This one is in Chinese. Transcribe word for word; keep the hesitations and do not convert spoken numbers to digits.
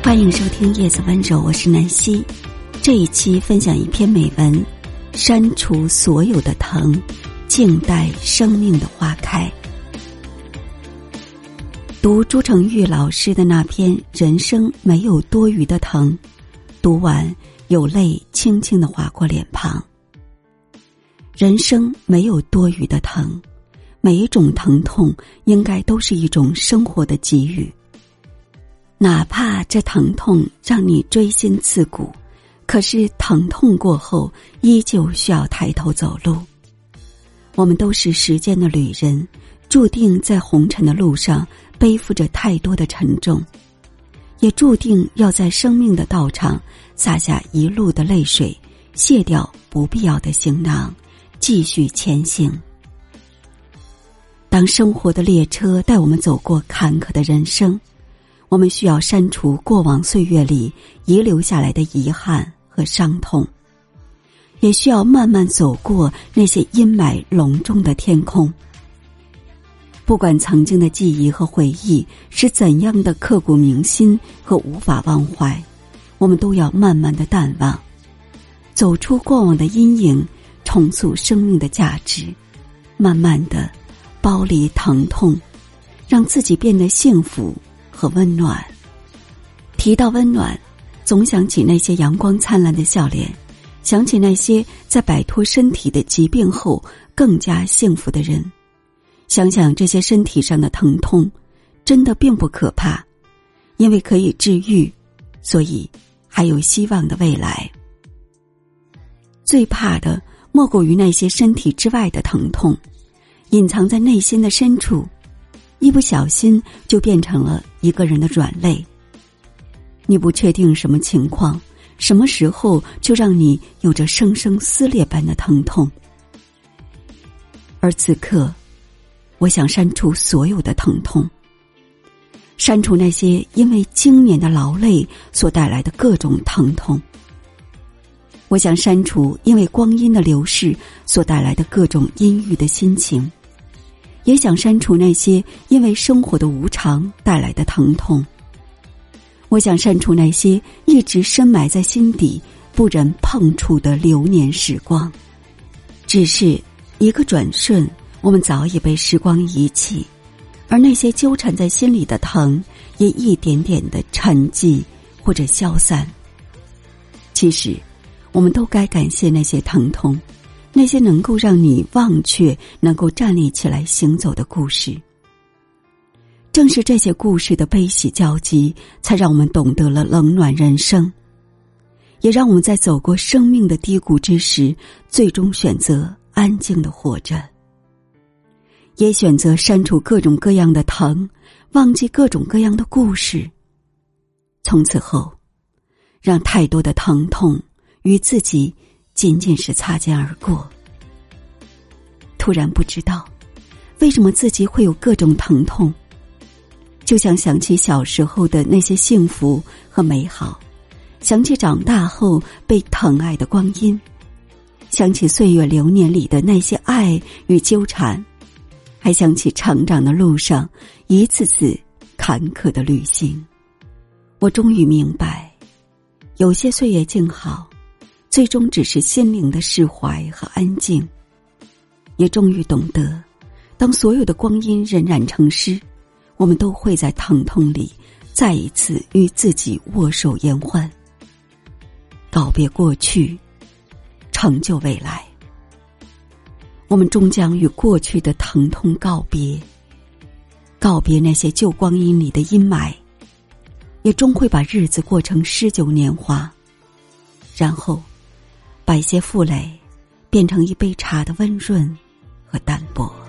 欢迎收听叶子温柔，我是南希。这一期分享一篇美文，删除所有的疼，静待生命的花开。读朱成玉老师的那篇《人生没有多余的疼》，读完有泪轻轻地划过脸庞。人生没有多余的疼，每一种疼痛应该都是一种生活的给予，哪怕这疼痛让你锥心刺骨，可是疼痛过后依旧需要抬头走路。我们都是时间的旅人，注定在红尘的路上背负着太多的沉重，也注定要在生命的道场洒下一路的泪水，卸掉不必要的行囊，继续前行。当生活的列车带我们走过坎坷的人生，我们需要删除过往岁月里遗留下来的遗憾和伤痛，也需要慢慢走过那些阴霾笼中的天空。不管曾经的记忆和回忆是怎样的刻骨铭心和无法忘怀，我们都要慢慢的淡忘，走出过往的阴影，重塑生命的价值，慢慢的剥离疼痛，让自己变得幸福和温暖。提到温暖，总想起那些阳光灿烂的笑脸，想起那些在摆脱身体的疾病后更加幸福的人。想想这些身体上的疼痛，真的并不可怕，因为可以治愈，所以还有希望的未来。最怕的莫过于那些身体之外的疼痛，隐藏在内心的深处，一不小心就变成了一个人的软肋。你不确定什么情况，什么时候就让你有着生生撕裂般的疼痛。而此刻，我想删除所有的疼痛，删除那些因为经年的劳累所带来的各种疼痛。我想删除因为光阴的流逝所带来的各种阴郁的心情，也想删除那些因为生活的无常带来的疼痛。我想删除那些一直深埋在心底不忍碰触的流年时光，只是一个转瞬，我们早已被时光遗弃，而那些纠缠在心里的疼也一点点的沉寂或者消散。其实我们都该感谢那些疼痛，那些能够让你忘却，能够站立起来行走的故事。正是这些故事的悲喜交集，才让我们懂得了冷暖人生，也让我们在走过生命的低谷之时，最终选择安静的活着，也选择删除各种各样的疼，忘记各种各样的故事。从此后，让太多的疼痛与自己仅仅是擦肩而过。突然不知道为什么自己会有各种疼痛，就像想起小时候的那些幸福和美好，想起长大后被疼爱的光阴，想起岁月流年里的那些爱与纠缠，还想起成长的路上一次次坎坷的旅行。我终于明白，有些岁月静好，最终只是心灵的释怀和安静。也终于懂得，当所有的光阴荏苒成诗，我们都会在疼痛里再一次与自己握手言欢，告别过去，成就未来。我们终将与过去的疼痛告别，告别那些旧光阴里的阴霾，也终会把日子过成诗酒年华，然后把一些负累变成一杯茶的温润和淡泊。